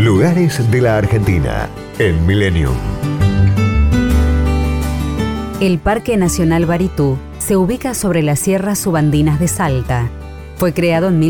Lugares de la Argentina en Millennium. El Parque Nacional Baritú se ubica sobre las sierras subandinas de Salta. Fue creado en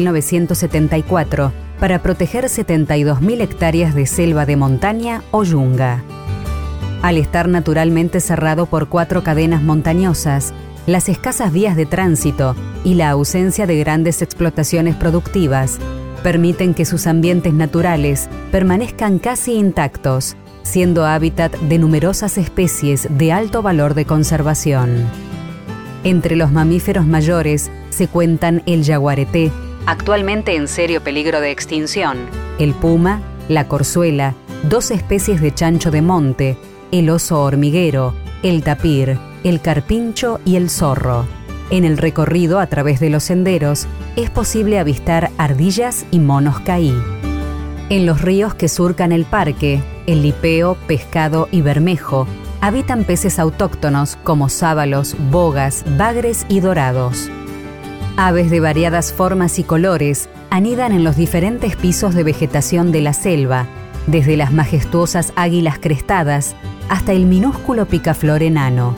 1974 para proteger 72.000 hectáreas de selva de montaña o yunga. Al estar naturalmente cerrado por 4 cadenas montañosas, las escasas vías de tránsito y la ausencia de grandes explotaciones productivas permiten que sus ambientes naturales permanezcan casi intactos, siendo hábitat de numerosas especies de alto valor de conservación. Entre los mamíferos mayores se cuentan el yaguareté, actualmente en serio peligro de extinción, el puma, la corzuela, 2 especies de chancho de monte, el oso hormiguero, el tapir, el carpincho y el zorro. En el recorrido a través de los senderos es posible avistar ardillas y monos caí. En los ríos que surcan el parque, el lipeo, pescado y bermejo, habitan peces autóctonos como sábalos, bogas, bagres y dorados. Aves de variadas formas y colores anidan en los diferentes pisos de vegetación de la selva, desde las majestuosas águilas crestadas hasta el minúsculo picaflor enano.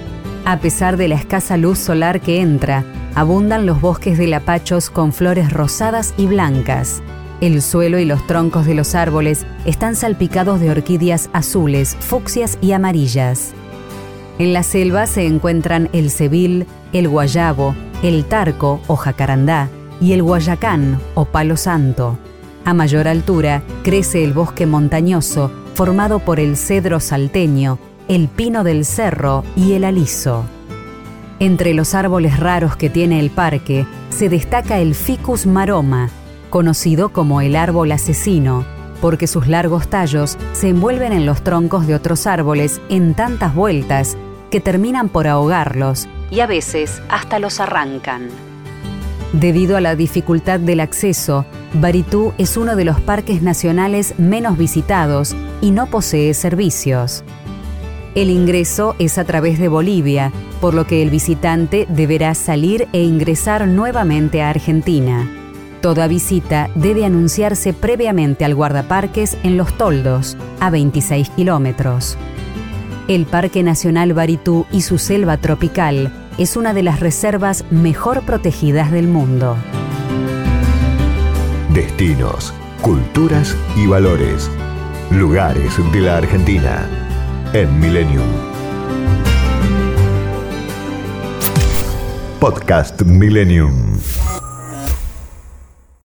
A pesar de la escasa luz solar que entra, abundan los bosques de lapachos con flores rosadas y blancas. El suelo y los troncos de los árboles están salpicados de orquídeas azules, fucsias y amarillas. En la selva se encuentran el cebil, el guayabo, el tarco o jacarandá y el guayacán o palo santo. A mayor altura crece el bosque montañoso formado por el cedro salteño, el pino del cerro y el aliso. Entre los árboles raros que tiene el parque se destaca el Ficus maroma, conocido como el árbol asesino, porque sus largos tallos se envuelven en los troncos de otros árboles en tantas vueltas que terminan por ahogarlos y a veces hasta los arrancan. Debido a la dificultad del acceso, Baritú es uno de los parques nacionales menos visitados y no posee servicios. El ingreso es a través de Bolivia, por lo que el visitante deberá salir e ingresar nuevamente a Argentina. Toda visita debe anunciarse previamente al guardaparques en Los Toldos, a 26 kilómetros. El Parque Nacional Baritú y su selva tropical es una de las reservas mejor protegidas del mundo. Destinos, culturas y valores. Lugares de la Argentina en Millennium. Podcast Millennium.